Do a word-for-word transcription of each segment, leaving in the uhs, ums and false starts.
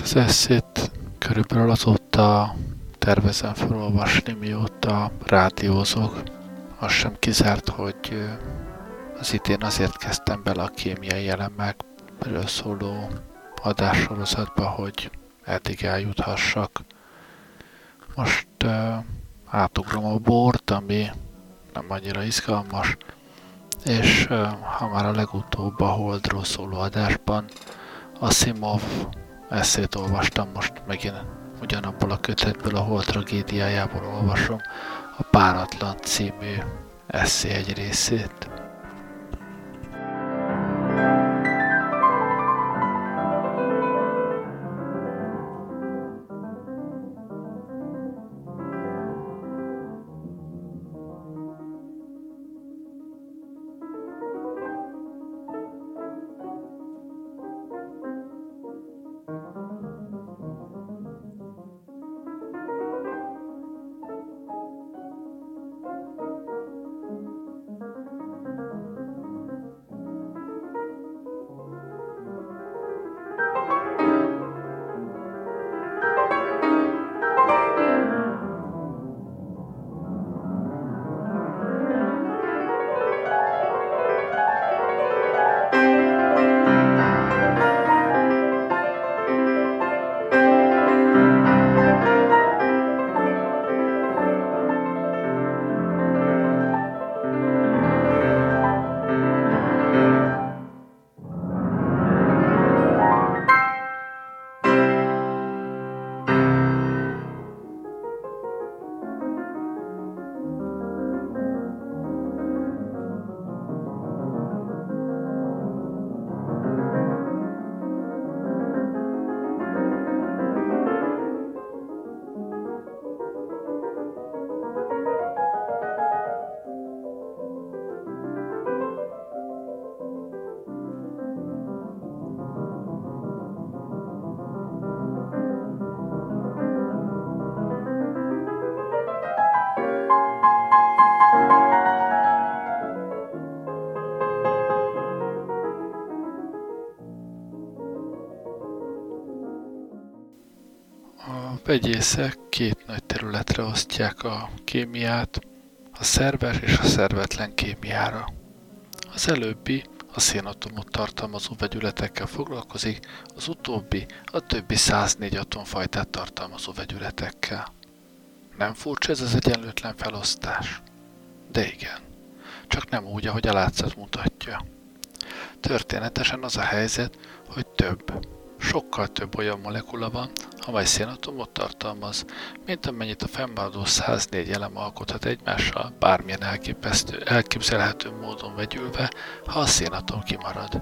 az esszét körülbelül azóta tervezem felolvasni, mióta rádiózok. Az sem kizárt, hogy az idén azért kezdtem bele a kémiai elemekről szóló adássorozatba, hogy eddig eljuthassak. Most uh, átugrom a bort, ami nem annyira izgalmas, és uh, ha már a legutóbb a Holdról szóló adásban Asimov esszét olvastam, most megint ugyanabból a kötetből, a Hold tragédiájából olvasom a Páratlan című esszé egy részét. A vegyészek két nagy területre osztják a kémiát, a szerves és a szervetlen kémiára. Az előbbi a szénatomot tartalmazó vegyületekkel foglalkozik, az utóbbi a többi száznégy atomfajtát tartalmazó vegyületekkel. Nem furcsa ez az egyenlőtlen felosztás? De igen, csak nem úgy, ahogy a látszat mutatja. Történetesen az a helyzet, hogy több, sokkal több olyan molekula van, amely szénatomot tartalmaz, mint amennyit a fennmaradó száznégy elem alkothat egymással bármilyen elképesztő, elképzelhető módon vegyülve, ha a szénatom kimarad.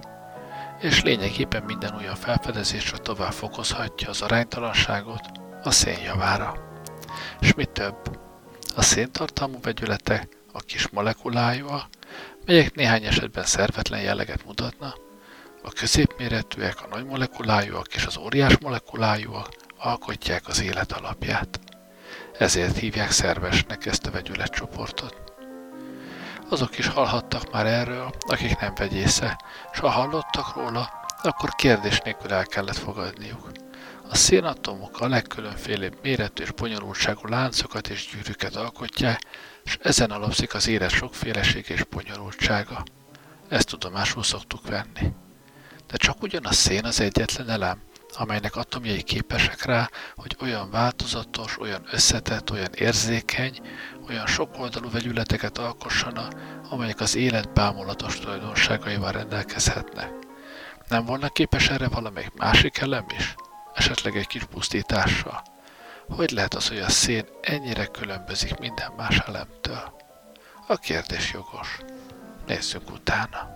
És lényegében minden olyan felfedezésre tovább fokozhatja az aránytalanságot a szén javára. És mi több, a széntartalmú vegyületek a kis molekulájúak, melyek néhány esetben szervetlen jelleget mutatna, a középméretűek, a nagy molekulájúak és az óriás molekulájúak alkotják az élet alapját. Ezért hívják szervesnek ezt a vegyületcsoportot. Azok is hallhattak már erről, akik nem vegyészek, s ha hallottak róla, akkor kérdés nélkül el kellett fogadniuk. A szénatomok a legkülönfélébb méretű és bonyolultságú láncokat és gyűrűket alkotják, és ezen alapszik az élet sokféleség és bonyolultsága. Ezt tudomásul szoktuk venni. De csak ugyan a szén az egyetlen elem, amelynek atomjai képesek rá, hogy olyan változatos, olyan összetett, olyan érzékeny, olyan sokoldalú vegyületeket alkossana, amelyek az élet bámulatos tulajdonságaival rendelkezhetnek. Nem volna képes erre valamelyik másik elem is? Esetleg egy kis pusztítással? Hogy lehet az, hogy a szén ennyire különbözik minden más elemtől? A kérdés jogos. Nézzünk utána.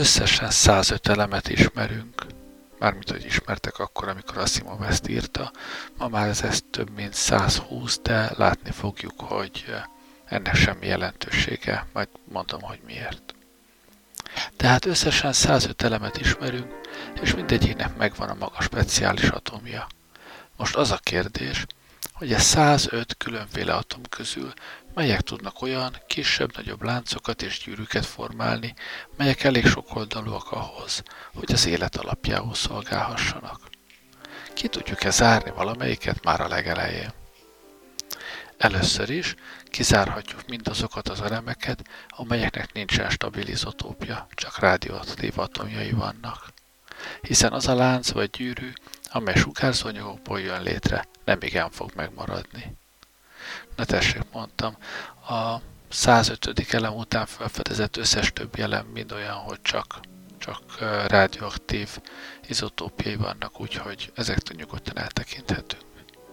Összesen százöt elemet ismerünk. Mármint, hogy ismertek akkor, amikor Asimov ezt írta. Ma már ez, ez több mint százhúsz, de látni fogjuk, hogy ennek semmi jelentősége. Majd mondom, hogy miért. Tehát összesen százöt elemet ismerünk, és mindegyiknek megvan a maga speciális atomja. Most az a kérdés, hogy e százöt különféle atom közül melyek tudnak olyan kisebb-nagyobb láncokat és gyűrűket formálni, melyek elég sokoldalúak ahhoz, hogy az élet alapjául szolgálhassanak. Ki tudjuk-e zárni valamelyiket már a legelején? Először is kizárhatjuk mindazokat az elemeket, amelyeknek nincsen stabil izotópja, csak radioaktív atomjai vannak. Hiszen az a lánc vagy gyűrű, amely sugárzóanyagokból jön létre, nemigen fog megmaradni. Na tessék, mondtam, a százötödik elem után felfedezett összes többi elem mind olyan, hogy csak, csak radioaktív izotópjai vannak, úgyhogy ezektől nyugodtan eltekinthetünk.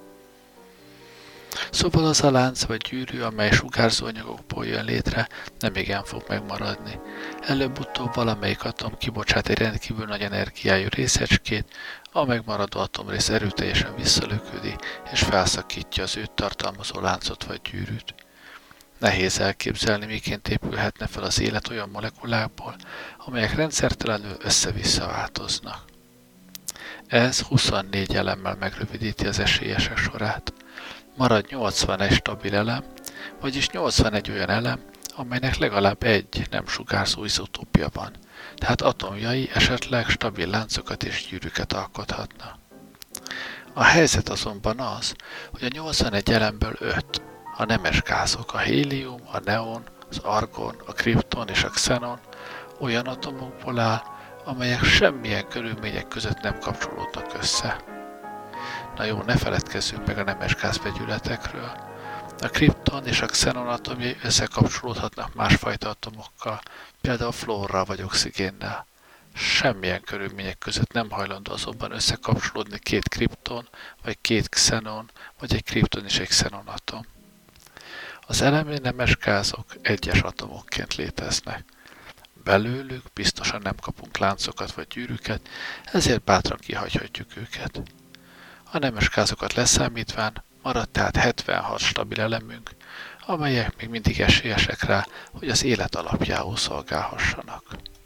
Szóval az a lánc vagy gyűrű, amely sugárzóanyagokból jön létre, nem igen fog megmaradni. Előbb-utóbb valamelyik atom kibocsát egy rendkívül nagy energiájú részecskét, a megmaradó atomrész erőteljesen visszalöködi, és felszakítja az őt tartalmazó láncot vagy gyűrűt. Nehéz elképzelni, miként épülhetne fel az élet olyan molekulákból, amelyek rendszertelenül össze-vissza változnak. Ez huszonnégy elemmel megrövidíti az esélyesek sorát. Marad nyolcvanegy stabil elem, vagyis nyolcvanegy olyan elem, amelynek legalább egy nem sugárzó izotópja van, tehát atomjai esetleg stabil láncokat és gyűrűket alkothatna. A helyzet azonban az, hogy a nyolcvanegy elemből öt, a nemes gázok, a hélium, a neon, az argon, a kripton és a xenon olyan atomokból áll, amelyek semmilyen körülmények között nem kapcsolódnak össze. Na jó, ne feledkezzünk meg a nemes gázvegyületekről. A kripton és a xenon atomjai összekapcsolódhatnak másfajta atomokkal, például fluorral vagy oxigénnel. Semmilyen körülmények között nem hajlandó azonban összekapcsolódni két kripton, vagy két xenon, vagy egy kripton és egy xenon atom. Az elemi nemes gázok egyes atomokként léteznek. Belőlük biztosan nem kapunk láncokat vagy gyűrűket, ezért bátran kihagyhatjuk őket. A nemes gázokat leszámítván maradt tehát hetvenhat stabil elemünk, amelyek még mindig esélyesek rá, hogy az élet alapjául szolgálhassanak.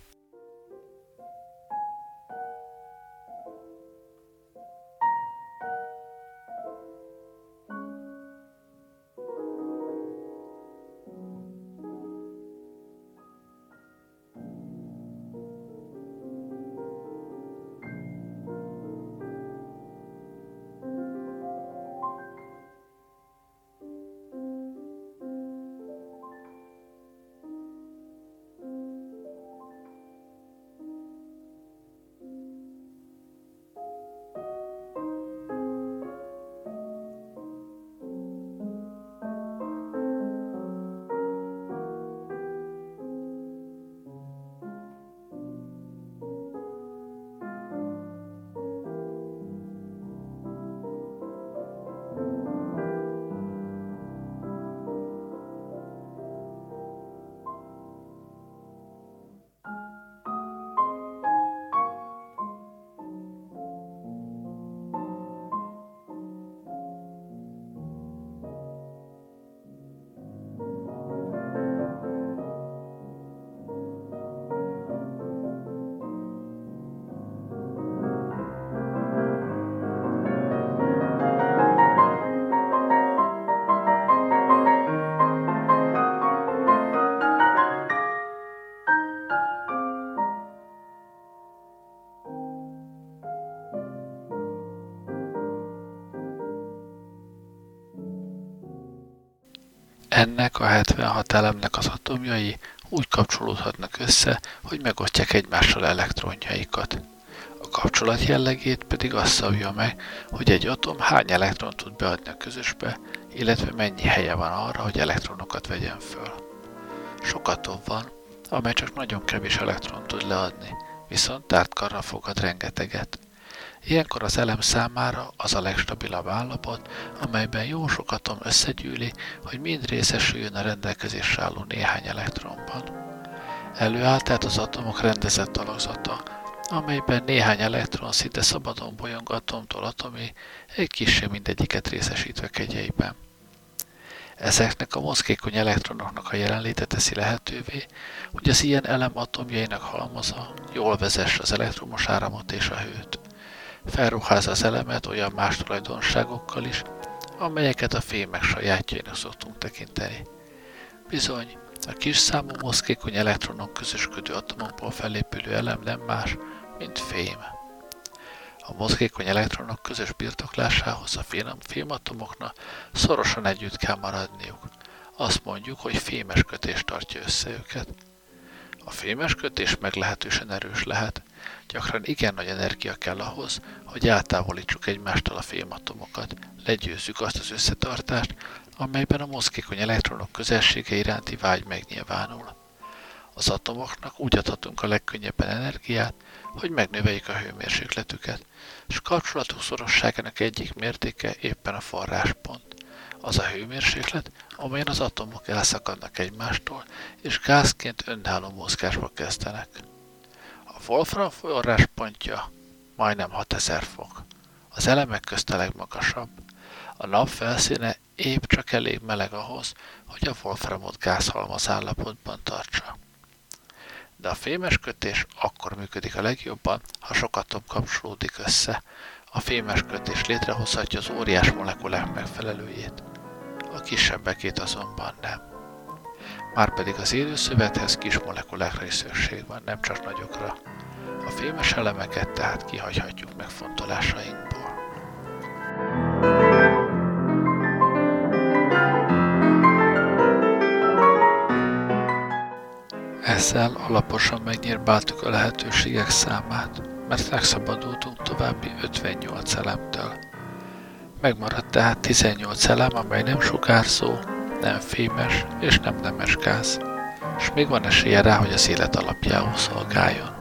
Ennek a hetvenhat elemnek az atomjai úgy kapcsolódhatnak össze, hogy megosztják egymással elektronjaikat. A kapcsolat jellegét pedig azt szabja meg, hogy egy atom hány elektront tud beadni a közösbe, illetve mennyi helye van arra, hogy elektronokat vegyen föl. Sok atom van, amely csak nagyon kevés elektront tud leadni, viszont tárt karral fogad rengeteget. Ilyenkor az elem számára az a legstabilabb állapot, amelyben jó sok atom összegyűli, hogy mind részesüljön a rendelkezésre álló néhány elektronban. Előáll tehát az atomok rendezett alakzata, amelyben néhány elektron szinte szabadon bolyong atomtól atomig, egy kissé mindegyiket részesítve kegyeiben. Ezeknek a mozgékony elektronoknak a jelenléte teszi lehetővé, hogy az ilyen elem atomjainak halmaza jól vezesse az elektromos áramot és a hőt. Felruházza az elemet olyan más tulajdonságokkal is, amelyeket a fémek sajátjainak szoktunk tekinteni. Bizony, a kis számú mozgékony elektronok közösködő atomokból felépülő elem nem más, mint fém. A mozgékony elektronok közös birtoklásához a fématomoknak szorosan együtt kell maradniuk. Azt mondjuk, hogy fémes kötés tartja össze őket. A fémes kötés meglehetősen erős lehet, gyakran igen nagy energia kell ahhoz, hogy eltávolítsuk egymástól a fématomokat, legyőzzük azt az összetartást, amelyben a mozgékony elektronok közelsége iránti vágy megnyilvánul. Az atomoknak úgy adhatunk a legkönnyebben energiát, hogy megnöveljük a hőmérsékletüket, és kapcsolatuk szorosságának egyik mértéke éppen a forráspont. Az a hőmérséklet, amelyen az atomok elszakadnak egymástól, és gázként önálló mozgásba kezdenek. A Wolfram forráspontja majdnem hatezer fok. Az elemek közt a legmagasabb. A nap felszíne épp csak elég meleg ahhoz, hogy a Wolframot gázhalmaz állapotban tartsa. De a fémes kötés akkor működik a legjobban, ha sok atom kapcsolódik össze. A fémes kötés létrehozhatja az óriás molekulák megfelelőjét. A kisebbekét azonban nem. Márpedig az élő szövethez kis molekulákra is szükség van, nem csak nagyokra. A fémes elemeket tehát kihagyhatjuk megfontolásainkból. Ezzel alaposan megnyírbáltuk a lehetőségek számát, mert megszabadultunk további ötvennyolc elemtől. Megmaradt tehát tizennyolc elem, amely nem sugárzó, nem fémes és nem nemes gáz, és még van esélye rá, hogy az élet alapjául szolgáljon.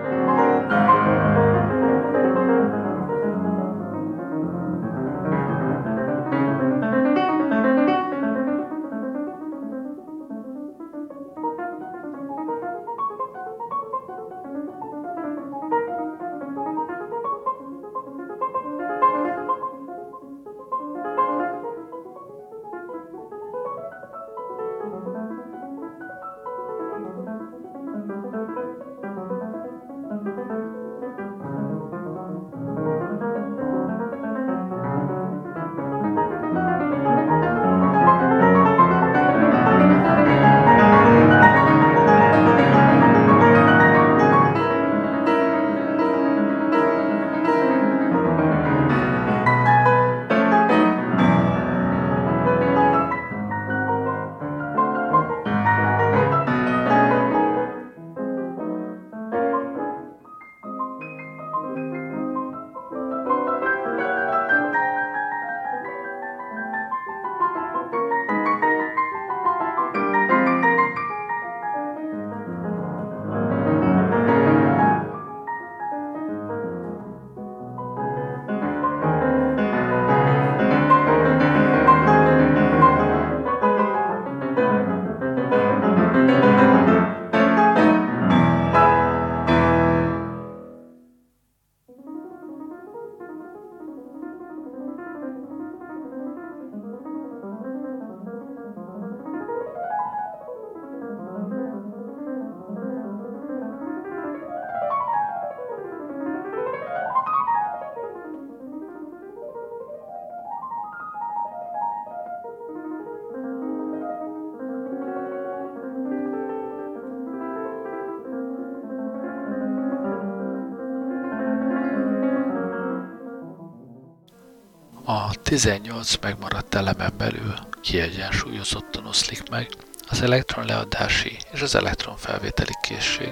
A tizennyolc megmaradt elemen belül kiegyensúlyozottan oszlik meg az elektronleadási és az elektronfelvételi készség.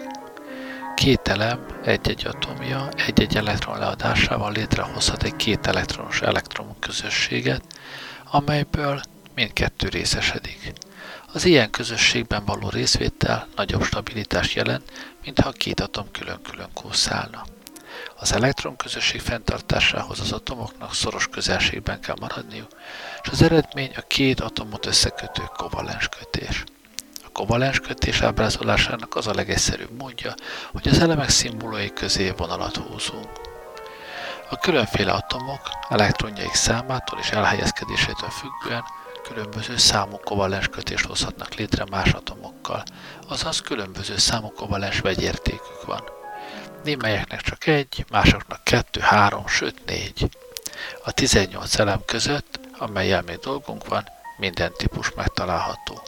Két elem egy-egy atomja egy-egy elektron leadásával létrehozhat egy két elektronos elektron közösséget, amelyből mindkettő részesedik. Az ilyen közösségben való részvétel nagyobb stabilitást jelent, mintha a két atom külön-külön kószálna. Az elektronközösség fenntartásához az atomoknak szoros közelségben kell maradniuk, és az eredmény a két atomot összekötő kovalens kötés. A kovalens kötés ábrázolásának az a legegyszerűbb módja, hogy az elemek szimbólumai közé vonalat húzunk. A különféle atomok elektronjaik számától és elhelyezkedésétől függően különböző számú kovalens kötést hozhatnak létre más atomokkal, azaz különböző számú kovalens vegyértékük van. Némelyeknek csak egy, másoknak kettő, három, sőt négy. A tizennyolc elem között, amellyel még dolgunk van, minden típus megtalálható.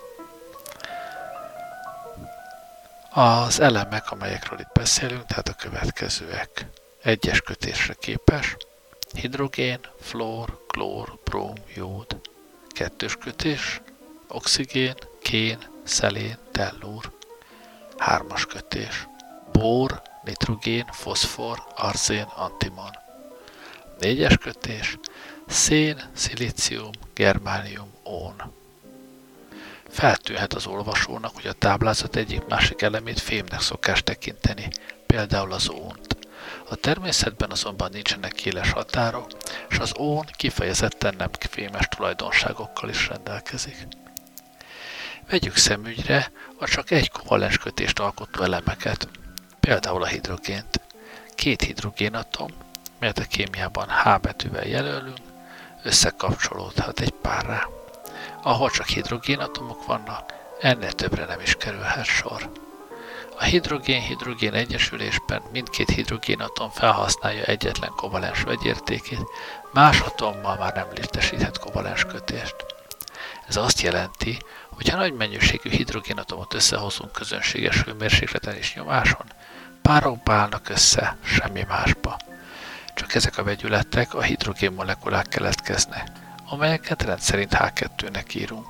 Az elemek, amelyekről itt beszélünk, tehát a következőek. Egyes kötésre képes: hidrogén, fluor, klór, bróm, jód. Kettős kötés: oxigén, kén, szelén, tellúr. Hármas kötés: bór, nitrogén, foszfor, arzén, antimon. Négyes kötés: szén, szilícium, germánium, ón. Feltűnhet az olvasónak, hogy a táblázat egyik-másik elemét fémnek szokás tekinteni, például az ónt. A természetben azonban nincsenek éles határok, és az ón kifejezetten nem fémes tulajdonságokkal is rendelkezik. Vegyük szemügyre a csak egy kovalens kötést alkotó elemeket, például a hidrogént. Két hidrogénatom, melyet a kémiában H betűvel jelölünk, összekapcsolódhat egy párrá. Ahol csak hidrogénatomok vannak, ennél többre nem is kerülhet sor. A hidrogén-hidrogén egyesülésben mindkét hidrogénatom felhasználja egyetlen kovalens vegyértékét, más atommal már nem létesíthet kovalens kötést. Ez azt jelenti, hogy ha nagy mennyiségű hidrogénatomot összehozunk közönséges hőmérsékleten és nyomáson, párokba állnak össze, semmi másba. Csak ezek a vegyületek, a hidrogén molekulák keletkeznek, amelyeket rendszerint há kettőnek írunk.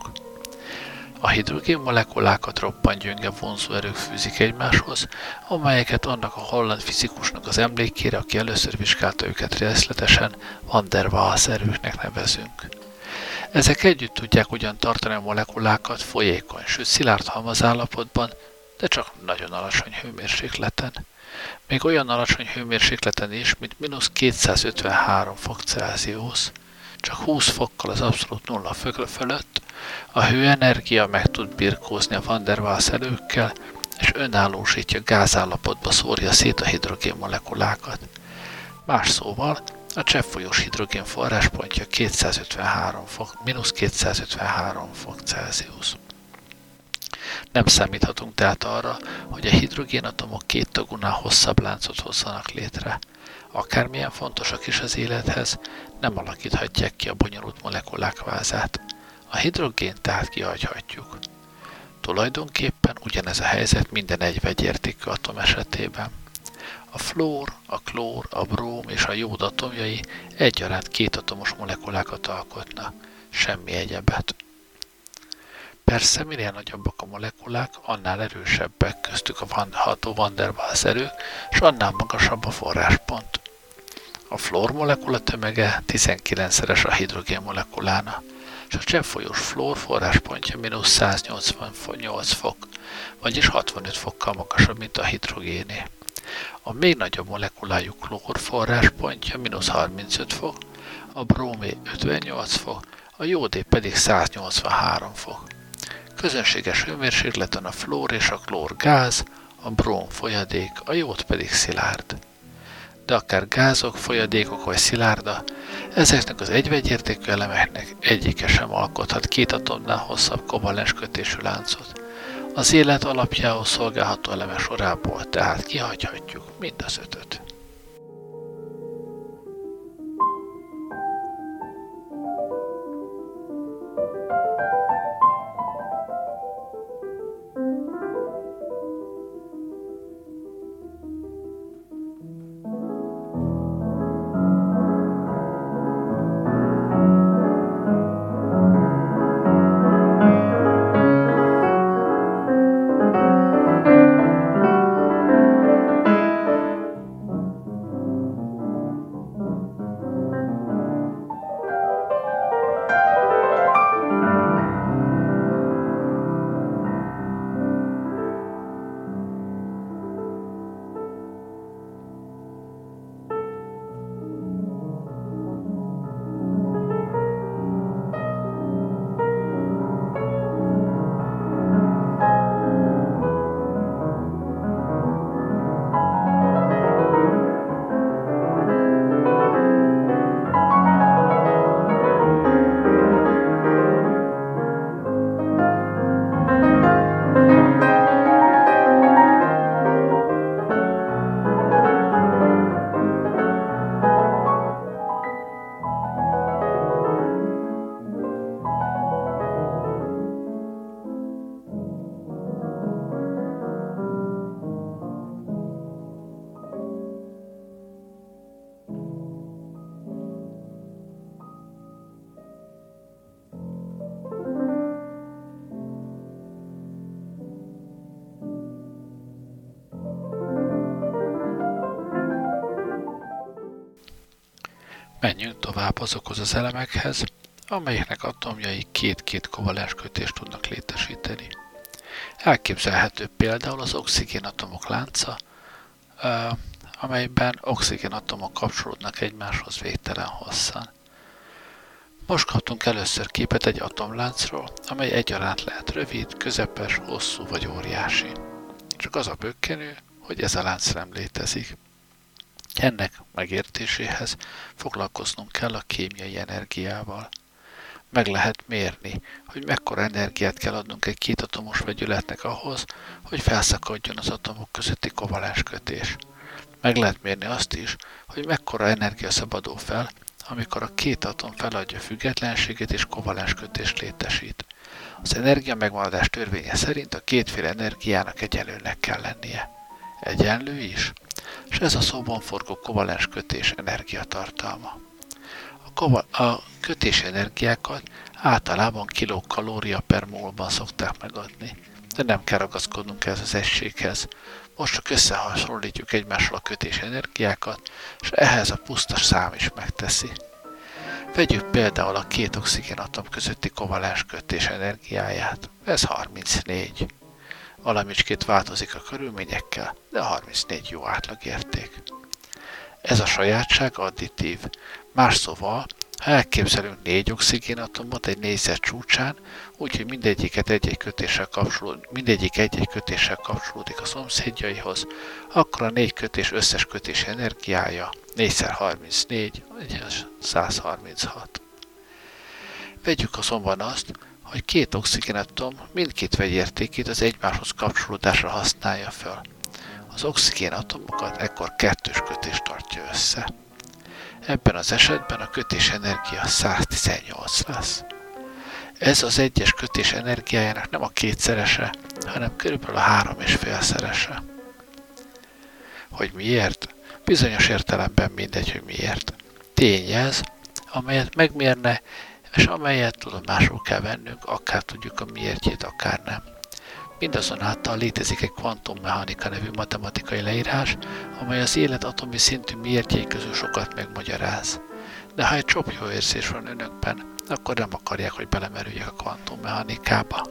A hidrogén molekulákat roppant gyönge vonzóerők fűzik egymáshoz, amelyeket annak a holland fizikusnak az emlékére, aki először vizsgálta őket részletesen, van der Waals erőknek nevezünk. Ezek együtt tudják ugyan tartani a molekulákat folyékony, sőt szilárd halmazállapotban, de csak nagyon alacsony hőmérsékleten. Még olyan alacsony hőmérsékleten is, mint mínusz kétszázötvenhárom fok Celsius, csak húsz fokkal az abszolút nulla fölött, a hőenergia meg tud birkózni a van der Waals erőkkel, és önállósítja, gázállapotba szórja szét a hidrogén molekulákat. Más szóval, a cseppfolyós hidrogén forráspontja kétszázötvenhárom fok, mínusz kétszázötvenhárom fok Celsius. Nem számíthatunk tehát arra, hogy a hidrogénatomok két tagunál hosszabb láncot hozzanak létre. Akármilyen fontosak is az élethez, nem alakíthatják ki a bonyolult molekulák vázát. A hidrogént tehát kihagyhatjuk. Tulajdonképpen ugyanez a helyzet minden egy vegyértékű atom esetében. A fluor, a klór, a bróm és a jód atomjai egyaránt kétatomos molekulákat alkotnak, semmi egyebet. Persze, minél nagyobbak a molekulák, annál erősebbek, köztük a ható van der Waals erők, és annál magasabb a forráspont. A fluor molekula tömege tizenkilencszeres a hidrogén molekulána, és a cseppfolyós fluor forráspontja mínusz száznyolcvannyolc fok, vagyis hatvanöt fokkal magasabb, mint a hidrogéné. A még nagyobb molekulájú klór forráspontja mínusz harmincöt fok, a brómé ötvennyolc fok, a jódé pedig száznyolcvanhárom fok. Közönséges hőmérsékleten a fluor és a klór gáz, a bróm folyadék, a jód pedig szilárd. De akár gázok, folyadékok vagy szilárda, ezeknek az egyvegyértékű elemeknek egyike sem alkothat két atomnál hosszabb kovalens kötésű láncot. Az élet alapjául szolgálható elemek sorából tehát kihagyhatjuk mind az ötöt. Menjünk tovább azokhoz az elemekhez, amelyeknek atomjai két-két kovalens kötést tudnak létesíteni. Elképzelhető például az oxigénatomok lánca, amelyben oxigénatomok kapcsolódnak egymáshoz végtelen hosszan. Most kaptunk először képet egy atomláncról, amely egyaránt lehet rövid, közepes, hosszú vagy óriási. Csak az a bökkenő, hogy ez a lánc nem létezik. Ennek megértéséhez foglalkoznunk kell a kémiai energiával. Meg lehet mérni, hogy mekkora energiát kell adnunk egy kétatomos vegyületnek ahhoz, hogy felszakadjon az atomok közötti kovalens kötés. Meg lehet mérni azt is, hogy mekkora energia szabadul fel, amikor a két atom feladja függetlenségét és kovalens kötést létesít. Az energia megmaradás törvénye szerint a kétféle energiának egyenlőnek kell lennie. Egyenlő is, és ez a szóban forgó kovalens kötés energiatartalma. A, kova- a kötés energiákat általában kilokalória per molban szokták megadni, de nem kell ragaszkodnunk ez az egységhez. Most csak összehasonlítjuk egymással a kötés energiákat, és ehhez a puszta szám is megteszi. Vegyük például a két oxigénatom közötti kovalens kötés energiáját. Ez harmincnégy. Valamicskét változik a körülményekkel, de harmincnégy jó átlagérték. Ez a sajátság additív. Más szóval, ha elképzelünk négy oxigénatomot egy négyzet csúcsán, úgyhogy mindegyiket egy-egy kötéssel kapcsolódik, mindegyik egy-egy kötéssel kapcsolódik a szomszédjaihoz, akkor a négy kötés összes kötés energiája négyszer harmincnégy, vagyis száz harminchat. Vegyük azonban azt, hogy két oxigénatom mindkét vegyértékét az egymáshoz kapcsolódásra használja fel. Az oxigénatomokat ekkor kettős kötés tartja össze. Ebben az esetben a kötés energia száztizennyolc lesz. Ez az egyes kötés energiájának nem a kétszerese, hanem körülbelül a három és félszerese. Hogy miért? Bizonyos értelemben mindegy, hogy miért. Tény ez, amelyet megmérne, és amelyet tudomásul kell vennünk, akár tudjuk a miértjét, akár nem. Mindazonáltal létezik egy kvantummechanika nevű matematikai leírás, amely az élet atomi szintű miértjei közül sokat megmagyaráz. De ha egy csopp jó érzés van önökben, akkor nem akarják, hogy belemerüljek a kvantummechanikába.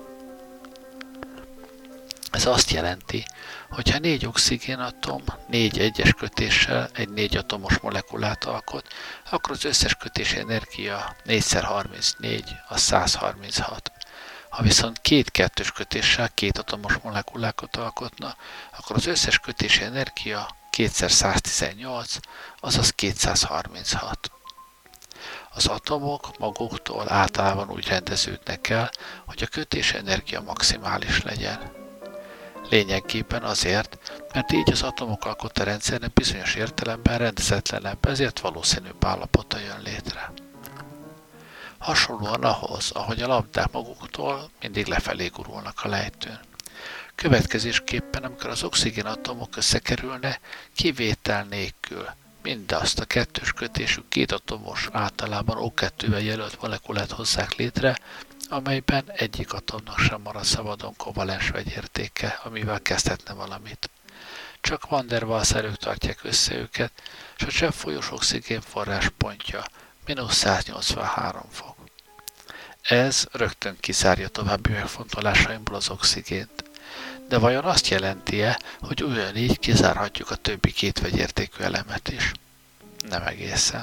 Ez azt jelenti, hogy ha négy oxigénatom négy egyes kötéssel egy négy atomos molekulát alkot, akkor az összes kötési energia négyszer harmincnégy, az száz harminchat. Ha viszont két kettős kötéssel két atomos molekulákat alkotna, akkor az összes kötési energia kétszer száztizennyolc, azaz kétszázharminchat. Az atomok maguktól általában úgy rendeződnek el, hogy a kötés energia maximális legyen. Lényegében azért, mert így az atomok alkotta rendszernek bizonyos értelemben rendezetlenebb, ezért valószínűbb állapota jön létre. Hasonlóan ahhoz, ahogy a labdák maguktól mindig lefelé gurulnak a lejtőn. Következésképpen, amikor az oxigénatomok összekerülne, kivétel nélkül mindazt a kettős kötésű két atomos, általában O kettővel jelölt molekulát hozzák létre, amelyben egyik atomnak sem marad szabadon kovalens vegyértéke, amivel kezdhetne valamit. Csak Van der Waals-erők tartják össze őket, és a cseppfolyós oxigén forráspontja mínusz száznyolcvanhárom fok. Ez rögtön kiszárja további megfontolásaimból az oxigént. De vajon azt jelenti-e, hogy ugyanígy kizárhatjuk a többi két vegyértékű elemet is? Nem egészen.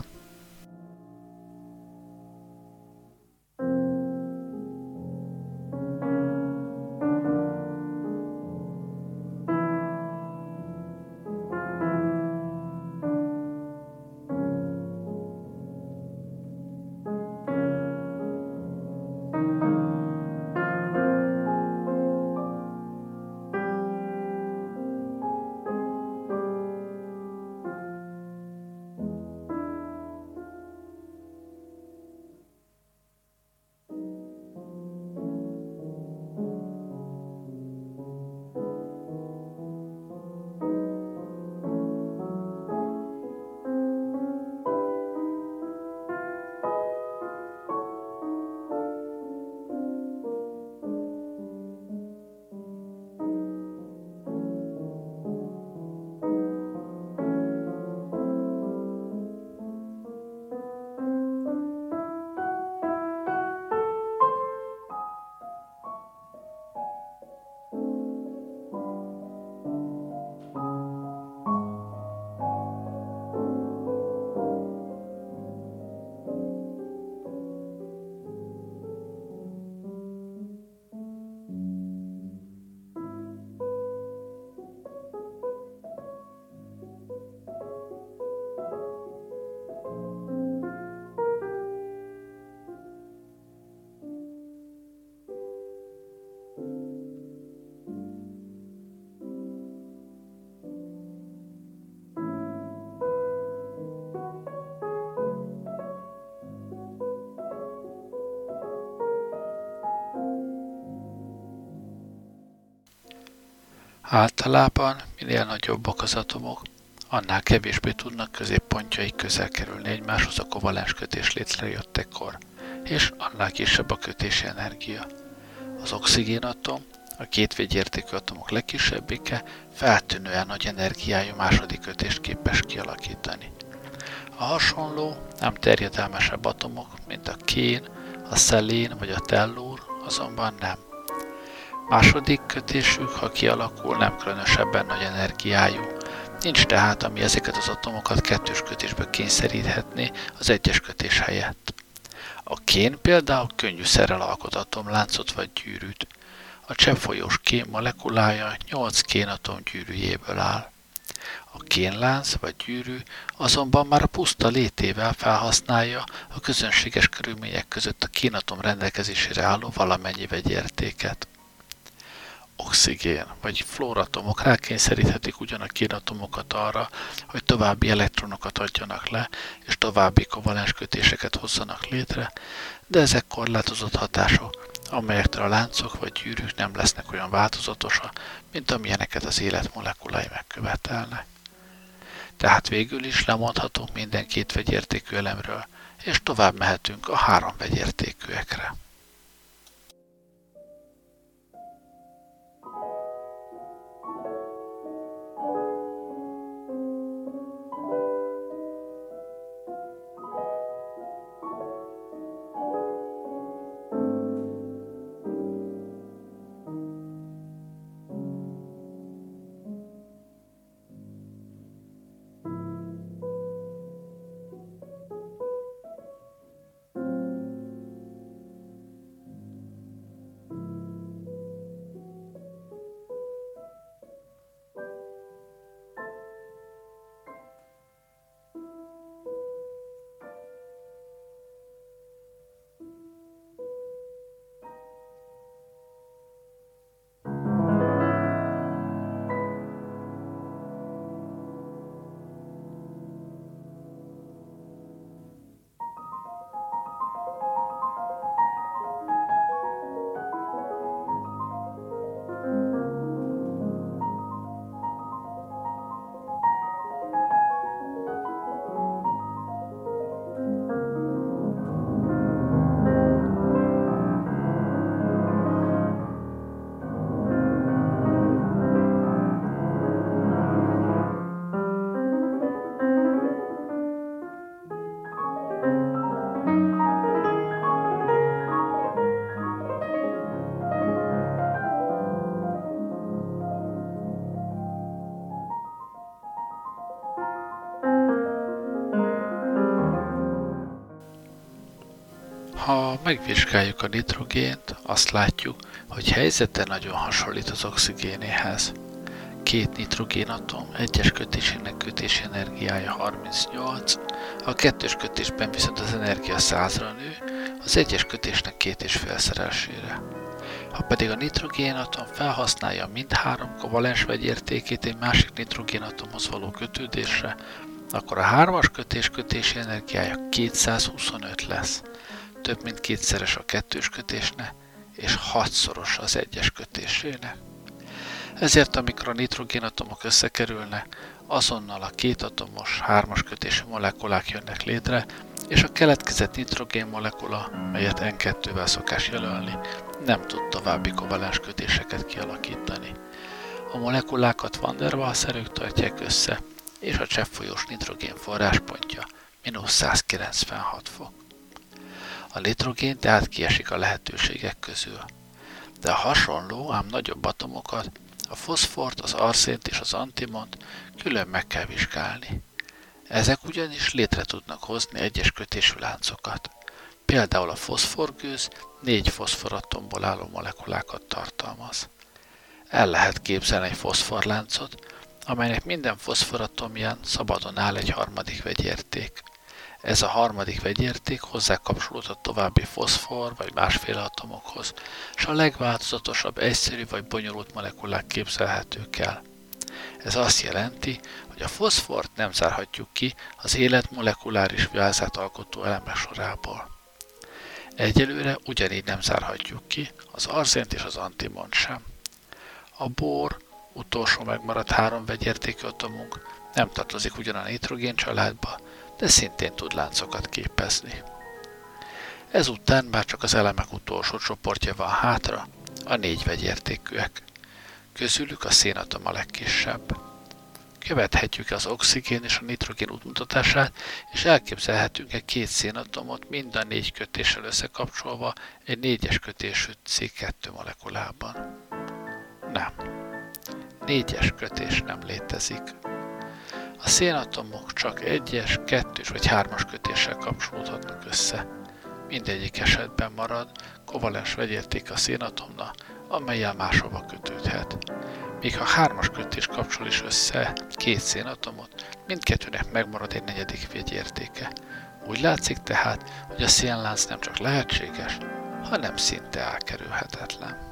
Általában minél nagyobbak az atomok, annál kevésbé tudnak középpontjaik közel kerülni egymáshoz a kovalens kötés létrejöttekor, és annál kisebb a kötési energia. Az oxigénatom, a két vegyértékű atomok legkisebbike feltűnően nagy energiájú második kötést képes kialakítani. A hasonló, ám terjedelmesebb atomok, mint a kén, a szelén vagy a tellúr, azonban nem. Második kötésük, ha kialakul, nem különösebben nagy energiájú. Nincs tehát, ami ezeket az atomokat kettős kötésbe kényszeríthetné az egyes kötés helyett. A kén például könnyűszerrel alkot atomláncot vagy gyűrűt. A cseppfolyós kén molekulája nyolc kénatom gyűrűjéből áll. A kénlánc vagy gyűrű azonban már a puszta létével felhasználja a közönséges körülmények között a kénatom rendelkezésére álló valamennyi vegyértéket. Oxigén vagy fluoratomok rákényszeríthetik ugyan a kénatomokat arra, hogy további elektronokat adjanak le, és további kovalens kötéseket hozzanak létre, de ezek korlátozott hatások, amelyektől a láncok vagy gyűrűk nem lesznek olyan változatosak, mint amilyeneket az élet molekulái megkövetelnek. Tehát végül is lemondhatunk minden két vegyértékű elemről, és tovább mehetünk a három vegyértékűekre. Ha megvizsgáljuk a nitrogént, azt látjuk, hogy helyzete nagyon hasonlít az oxigénéhez. Két nitrogénatom egyes kötésének kötési energiája harmincnyolc, a kettős kötésben viszont az energia százra nő, az egyes kötésnek két és félszeresére. Ha pedig a nitrogénatom felhasználja mindhárom kovalens vegyértékét egy másik nitrogénatomhoz való kötődésre, akkor a hármas kötés kötési energiája kétszázhuszonöt lesz, több mint kétszeres a kettős kötésnek, és hatszoros az egyes kötésének. Ezért amikor a nitrogénatomok összekerülnek, azonnal a kétatomos, hármas kötésű molekulák jönnek létre, és a keletkezett nitrogén molekula, melyet en kettővel szokás jelölni, nem tud további kovalens kötéseket kialakítani. A molekulákat van der Waals-erők tartják össze, és a cseppfolyós nitrogén forráspontja mínusz százkilencvenhat fok. A nitrogén tehát kiesik a lehetőségek közül. De a hasonló, ám nagyobb atomokat, a foszfort, az arszént és az antimont külön meg kell vizsgálni. Ezek ugyanis létre tudnak hozni egyes kötésű láncokat. Például a foszforgőz négy foszforatomból álló molekulákat tartalmaz. El lehet képzelni egy foszforláncot, amelynek minden foszforatomján szabadon áll egy harmadik vegyérték. Ez a harmadik vegyérték hozzá kapcsolódhat további foszfor vagy másféle atomokhoz, és a legváltozatosabb egyszerű vagy bonyolult molekulák képzelhetők el. Ez azt jelenti, hogy a foszfort nem zárhatjuk ki az élet molekuláris vázát alkotó elemek sorából. Egyelőre ugyanígy nem zárhatjuk ki az arzént és az antimont sem. A bór, Utolsó megmaradt három vegyértékű atomunk nem tartozik ugyan a nitrogén családba, de szintén tud láncokat képezni. Ezután már csak az elemek utolsó csoportja van hátra, a négy vegyértékűek. Közülük a szénatom a legkisebb. Követhetjük az oxigén és a nitrogén útmutatását, és elképzelhetünk egy két szénatomot mind a négy kötéssel összekapcsolva egy négyes kötésű cé kettő molekulában. Nem. Négyes kötés nem létezik. A szénatomok csak egyes, kettős vagy hármas kötéssel kapcsolódhatnak össze. Mindegyik esetben marad kovalens vegyérték a szénatomnak, amellyel máshova kötődhet. Míg ha hármas kötés kapcsol is össze két szénatomot, mindkettőnek megmarad egy negyedik vegyértéke. Úgy látszik tehát, hogy a szénlánc nem csak lehetséges, hanem szinte elkerülhetetlen.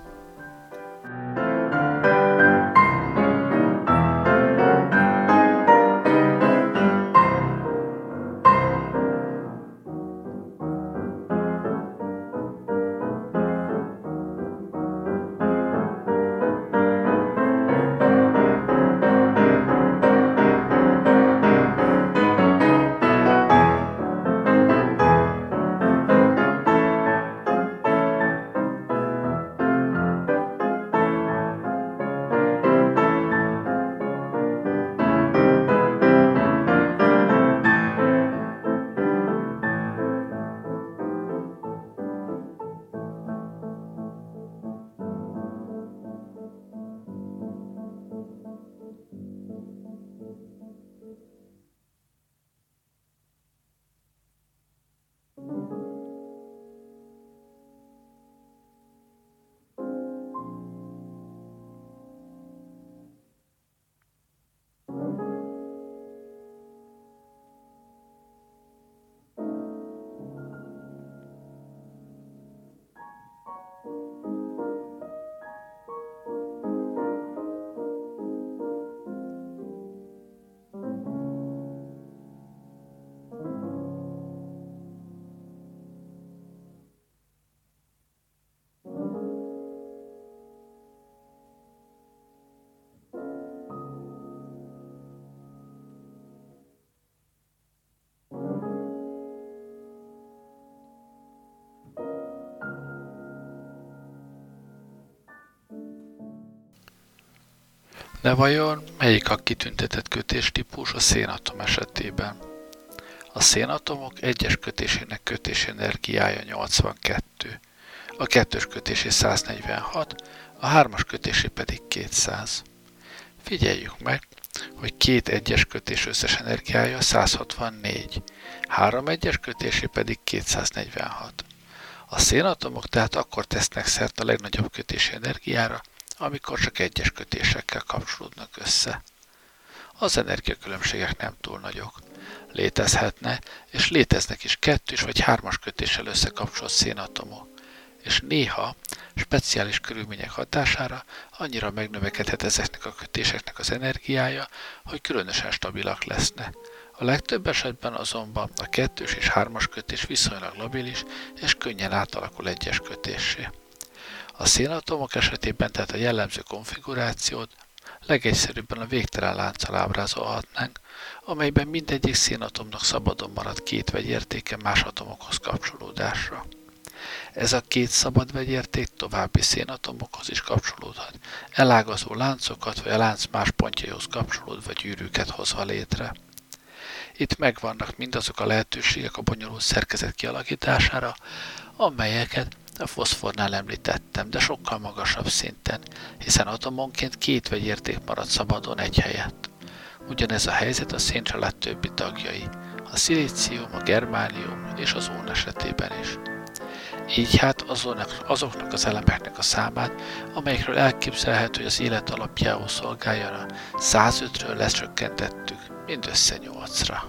De vajon melyik a kitüntetett kötéstípus a szénatom esetében? A szénatomok egyes kötésének kötési energiája nyolcvankettő, a kettős kötésé száznegyvenhat, a hármas kötésé pedig kétszáz. Figyeljük meg, hogy két egyes kötés összes energiája százhatvannégy, három egyes kötésé pedig kétszáznegyvenhat. A szénatomok tehát akkor tesznek szert a legnagyobb kötési energiára, amikor csak egyes kötésekkel kapcsolódnak össze. Az energiakülönbségek nem túl nagyok. Létezhetne, és léteznek is kettős vagy hármas kötéssel összekapcsolt szénatomok, és néha speciális körülmények hatására annyira megnövekedhet ezeknek a kötéseknek az energiája, hogy különösen stabilak lesznek. A legtöbb esetben azonban a kettős és hármas kötés viszonylag labilis, és könnyen átalakul egyes kötéssé. A szénatomok esetében tehát a jellemző konfigurációt legegyszerűbben a végtelen lánccal ábrázolhatnánk, amelyben mindegyik szénatomnak szabadon marad két vegyértéke más atomokhoz kapcsolódásra. Ez a két szabad vegyérték további szénatomokhoz is kapcsolódhat, elágazó láncokat vagy a lánc más pontjaihoz kapcsolódva gyűrűket hozva létre. Itt megvannak mindazok a lehetőségek a bonyolult szerkezet kialakítására, amelyeket a foszfornál említettem, de sokkal magasabb szinten, hiszen atomonként két vegyérték marad szabadon egy helyett. Ugyanez a helyzet a széncsalád többi tagjai, a szilícium, a germánium és az ón esetében is. Így hát azonnak, azoknak az elemeknek a számát, amelyekről elképzelhető, hogy az élet alapjául szolgáljanak, százötről lecsökkentettük mindössze nyolcra.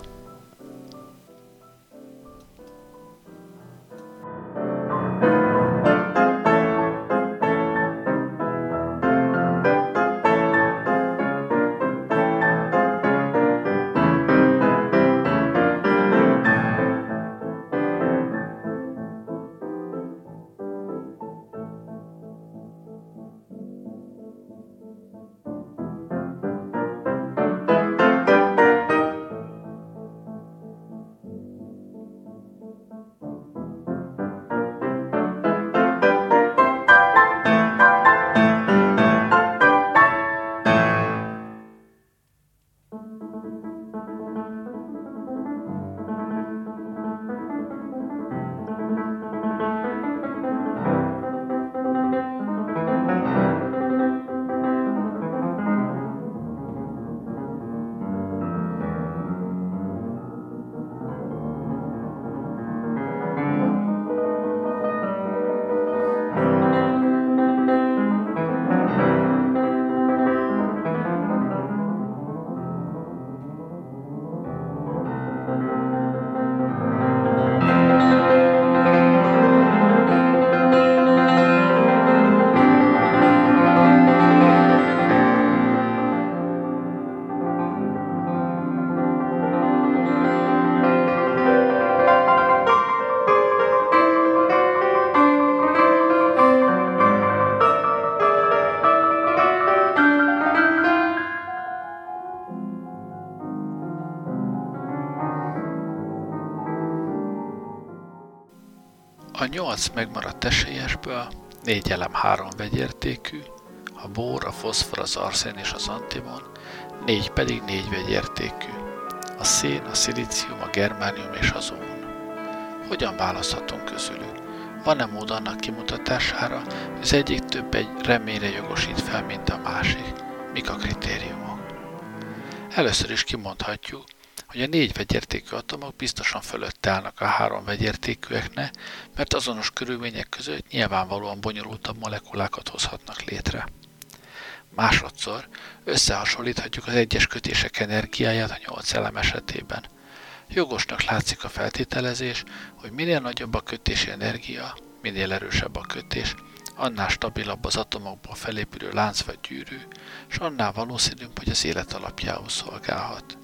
A nyolc megmaradt esélyesből négy elem három vegyértékű, a bór, a foszfor, az arszén és az antimon, négy pedig négy vegyértékű, a szén, a szilícium, a germánium és az ón. Hogyan választhatunk közülük? Van-e mód annak kimutatására, hogy az egyik több egy reményre jogosít fel, mint a másik? Mik a kritériumok? Először is kimondhatjuk, hogy a négy vegyértékű atomok biztosan fölött állnak a három vegyértékűeknek, mert azonos körülmények között nyilvánvalóan bonyolultabb molekulákat hozhatnak létre. Másodszor összehasonlíthatjuk az egyes kötések energiáját a nyolc elem esetében. Jogosnak látszik a feltételezés, hogy minél nagyobb a kötési energia, minél erősebb a kötés, annál stabilabb az atomokból felépülő lánc vagy gyűrű, és annál valószínűbb, hogy az élet alapjául szolgálhat.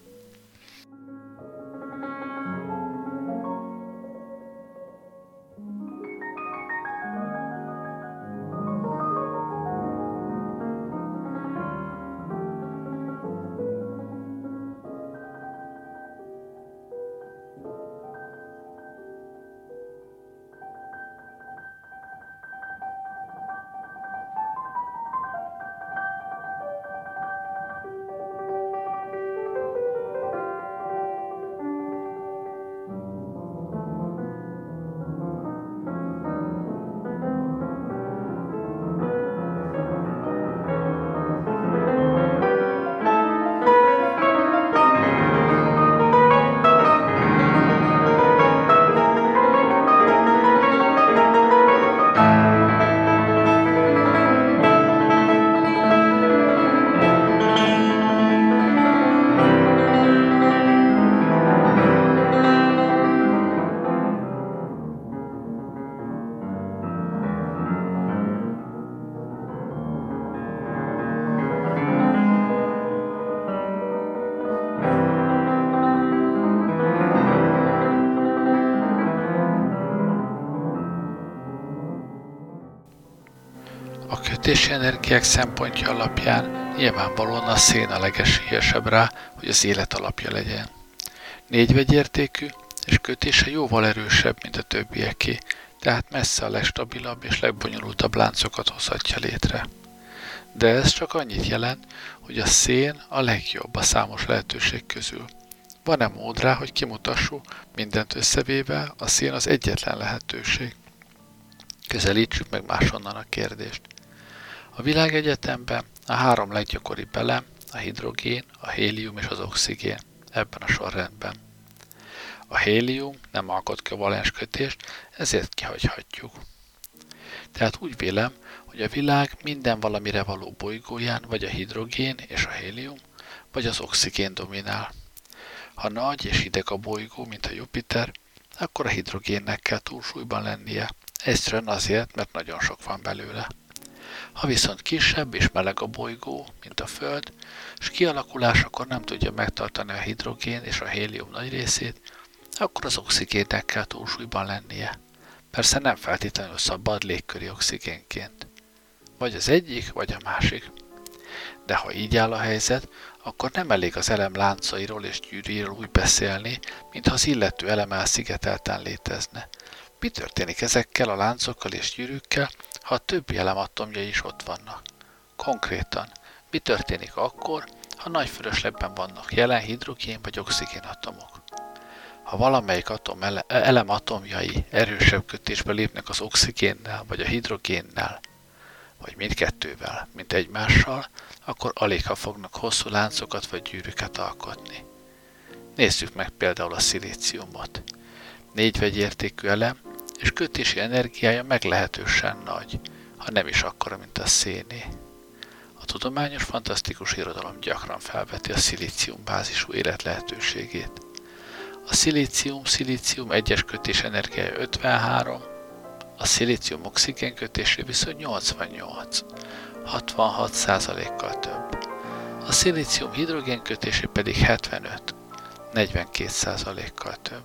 A kötési energiák szempontja alapján nyilvánvalóan a szén a legesélyesebb rá, hogy az élet alapja legyen. Négy vegyértékű, és kötése jóval erősebb, mint a többieké, tehát messze a legstabilabb és legbonyolultabb láncokat hozhatja létre. De ez csak annyit jelent, hogy a szén a legjobb a számos lehetőség közül. Van-e mód rá, hogy kimutassuk, mindent összevéve a szén az egyetlen lehetőség? Közelítsük meg máshonnan a kérdést. A világegyetemben a három leggyakoribb elem a hidrogén, a hélium és az oxigén, ebben a sorrendben. A hélium nem alkot kovalens kötést, ezért kihagyhatjuk. Tehát úgy vélem, hogy a világ minden valamire való bolygóján vagy a hidrogén és a hélium, vagy az oxigén dominál. Ha nagy és hideg a bolygó, mint a Jupiter, akkor a hidrogénnek kell túlsúlyban lennie, egyszerűen azért, mert nagyon sok van belőle. Ha viszont kisebb és meleg a bolygó, mint a Föld, és kialakulásakor nem tudja megtartani a hidrogén és a hélium nagy részét, akkor az oxigénnek kell túlsúlyban lennie. Persze nem feltétlenül szabad légköri oxigénként. Vagy az egyik, vagy a másik. De ha így áll a helyzet, akkor nem elég az elem láncairól és gyűrűjéről úgy beszélni, mintha az illető elem elszigetelten létezne. Mi történik ezekkel a láncokkal és gyűrűkkel, ha a többi elem atomjai is ott vannak? Konkrétan, mi történik akkor, ha nagy fölöslegben vannak jelen hidrogén vagy oxigén atomok? Ha valamelyik atom ele, elem atomjai erősebb kötésbe lépnek az oxigénnel vagy a hidrogénnel, vagy mindkettővel, mint egymással, akkor aligha fognak hosszú láncokat vagy gyűrűket alkotni. Nézzük meg például a szilíciumot. Négy vegyértékű elem, és kötési energiája meglehetősen nagy, ha nem is akkora, mint a széné. A tudományos fantasztikus irodalom gyakran felveti a szilícium bázisú élet lehetőségét. A szilícium-szilícium egyes kötés energiája ötvenhárom, a szilícium-oxigén kötésé viszont nyolcvannyolc, hatvanhat százalékkal több. A szilícium-hidrogén kötésé pedig hetvenöt, negyvenkét százalékkal több.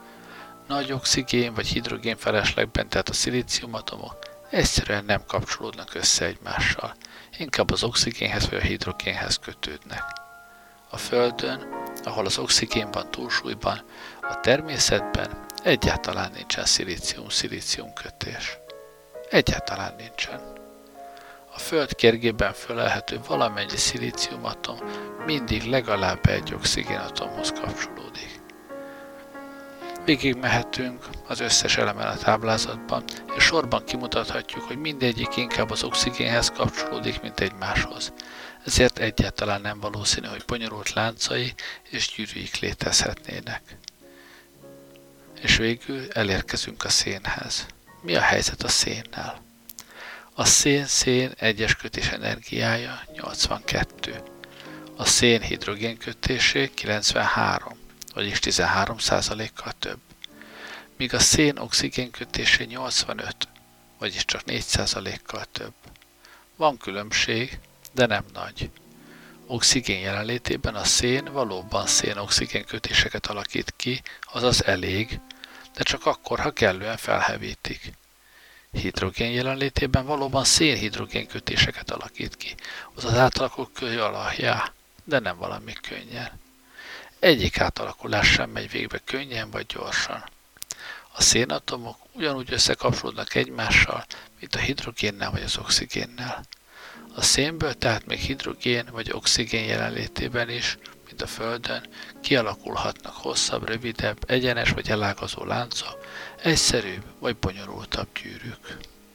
Nagy oxigén vagy hidrogén feleslegben, tehát a szilíciumatomok egyszerűen nem kapcsolódnak össze egymással, inkább az oxigénhez vagy a hidrogénhez kötődnek. A Földön ahol az oxigén van túlsúlyban, a természetben egyáltalán nincsen szilícium-szilícium kötés. Egyáltalán nincsen. A Föld kérgében fölelhető valamennyi szilíciumatom mindig legalább egy oxigénatomhoz kapcsolódik. Végig mehetünk az összes elemen a táblázatban, és sorban kimutathatjuk, hogy mindegyik inkább az oxigénhez kapcsolódik, mint egymáshoz. Ezért egyáltalán nem valószínű, hogy bonyolult láncai és gyűrűik létezhetnének. És végül elérkezünk a szénhez. Mi a helyzet a szénnel? A szén-szén egyes kötés energiája nyolcvankettő. A szén hidrogén kötésé kilencvenhárom, vagyis tizenhárom százalékkal több. Míg a szén oxigén kötésé nyolcvanöt, vagyis csak négy százalékkal több. Van különbség, de nem nagy. Oxigén jelenlétében a szén valóban szén-oxigén kötéseket alakít ki, azaz elég, de csak akkor, ha kellően felhevítik. Hidrogén jelenlétében valóban szén-hidrogén kötéseket alakít ki, azaz átalakul köly alakjá, de nem valami könnyen. Egyik átalakulás sem megy végbe könnyen vagy gyorsan. A szénatomok ugyanúgy összekapcsolódnak egymással, mint a hidrogénnel vagy az oxigénnel. A szénből tehát még hidrogén vagy oxigén jelenlétében is, mint a Földön, kialakulhatnak hosszabb, rövidebb, egyenes vagy elágazó láncok, egyszerűbb vagy bonyolultabb gyűrűk.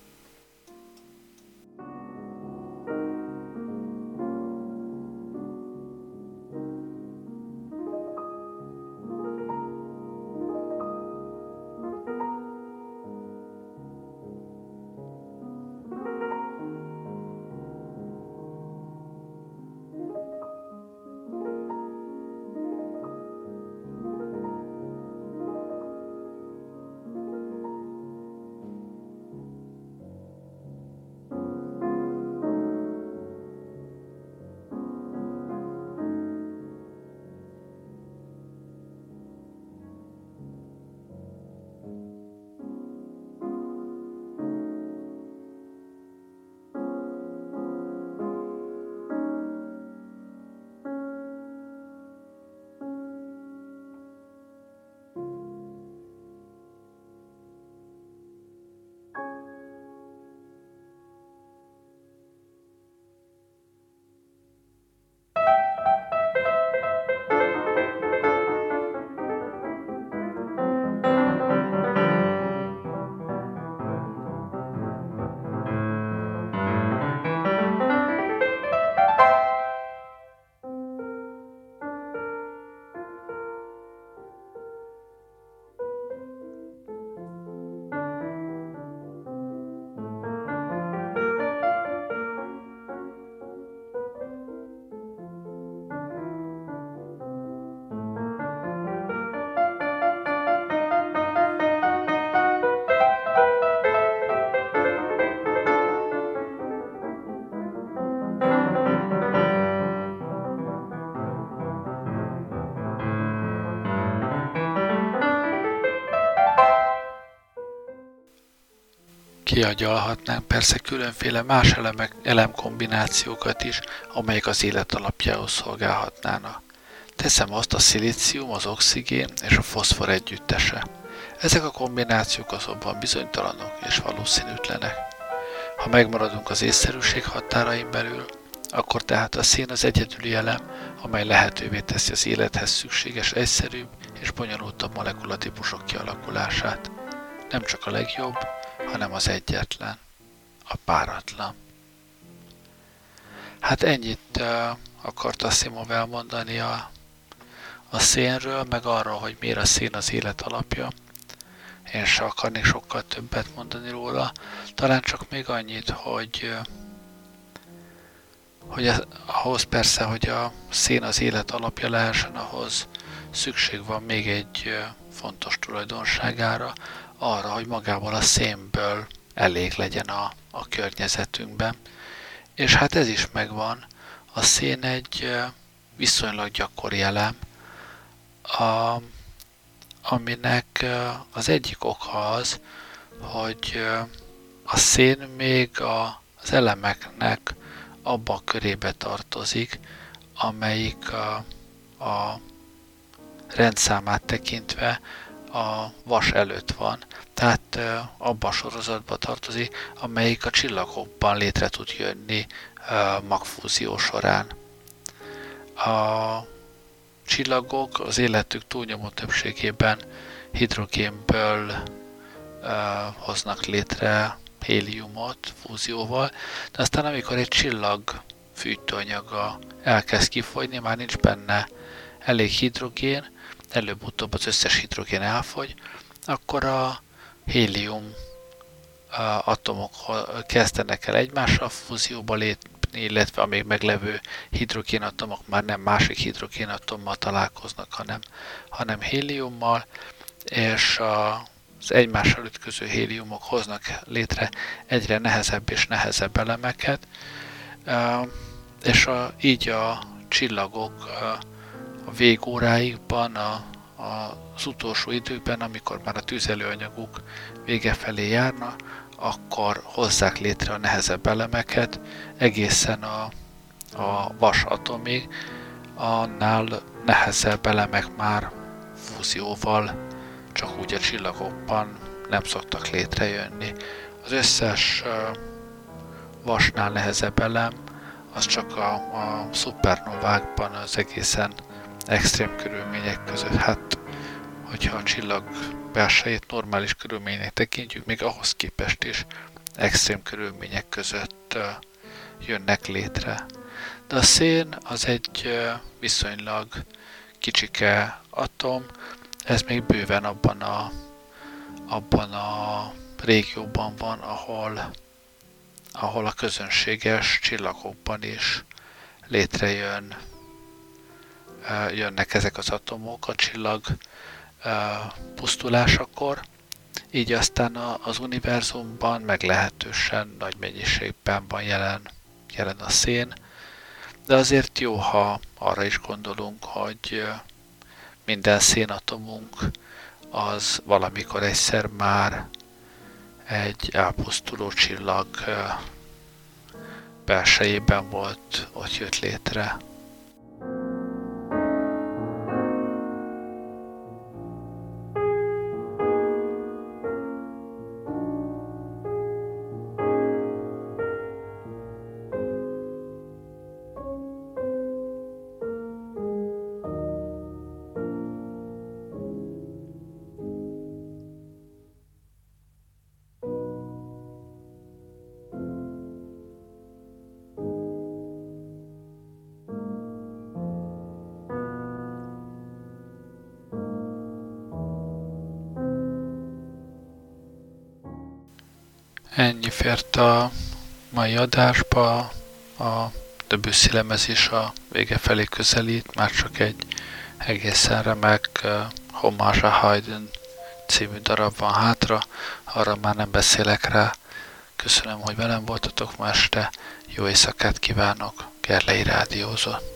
Kiagyalhatnánk persze különféle más elemek, elemkombinációkat is, amelyek az élet alapjául szolgálhatnának. Teszem azt a szilícium, az oxigén és a foszfor együttese. Ezek a kombinációk azonban bizonytalanok és valószínűtlenek. Ha megmaradunk az észszerűség határain belül, akkor tehát a szén az egyedüli elem, amely lehetővé teszi az élethez szükséges egyszerűbb és bonyolultabb molekulatípusok kialakulását. Nem csak a legjobb, hanem az egyetlen, a páratlan. Hát ennyit uh, akart Asimov elmondani a, a szénről, meg arról, hogy miért a szén az élet alapja. Én se akarnék sokkal többet mondani róla. Talán csak még annyit, hogy, uh, hogy az, ahhoz persze, hogy a szén az élet alapja lehessen, ahhoz szükség van még egy uh, fontos tulajdonságára, arra, hogy magából a szénből elég legyen a, a környezetünkben. És hát ez is megvan. A szén egy viszonylag gyakori elem, a, aminek az egyik oka az, hogy a szén még a, az elemeknek abba a körébe tartozik, amelyik a, a rendszámát tekintve a vas előtt van, tehát abban a sorozatban tartozik, amelyik a csillagokban létre tud jönni magfúzió során. A csillagok az életük túlnyomó többségében hidrogénből hoznak létre héliumot fúzióval, de aztán amikor egy csillag fűtőanyaga elkezd kifogyni, már nincs benne elég hidrogén, előbb-utóbb az összes hidrogén elfogy, akkor a hélium atomok kezdenek el egymással fúzióba lépni, illetve a még meglevő hidrogénatomok már nem másik hidrogénatommal találkoznak, hanem, hanem héliummal, és a az egymással ütköző héliumok hoznak létre egyre nehezebb és nehezebb elemeket, és a, így a csillagok a végóráikban, a, a, az utolsó időkben, amikor már a tüzelőanyaguk vége felé járna, akkor hozzák létre a nehezebb elemeket egészen a, a vas atomig, annál nehezebb elemek már fúzióval csak úgy a csillagokban nem szoktak létrejönni. Az összes uh, vasnál nehezebb elem, az csak a, a szupernovákban az egészen extrém körülmények között. Hát, hogyha a csillag belsejét normális körülménynek tekintjük, még ahhoz képest is extrém körülmények között uh, jönnek létre. De a szén az egy uh, viszonylag kicsike atom, ez még bőven abban a, abban a régióban van, ahol, ahol a közönséges csillagokban is létrejön, jönnek ezek az atomok a csillag pusztulásakor, így aztán az univerzumban meglehetősen nagy mennyiségben van jelen, jelen a szén, de azért jó, ha arra is gondolunk, hogy minden szénatomunk az valamikor egyszer már egy elpusztuló csillag belsejében volt, ott jött létre. Ennyi fért a mai adásba, a Debussy lemez is a vége felé közelít, már csak egy egészen remek uh, Hommage a Haydn című darab van hátra, arra már nem beszélek rá. Köszönöm, hogy velem voltatok ma este, jó éjszakát kívánok, Gerlei rádiózott.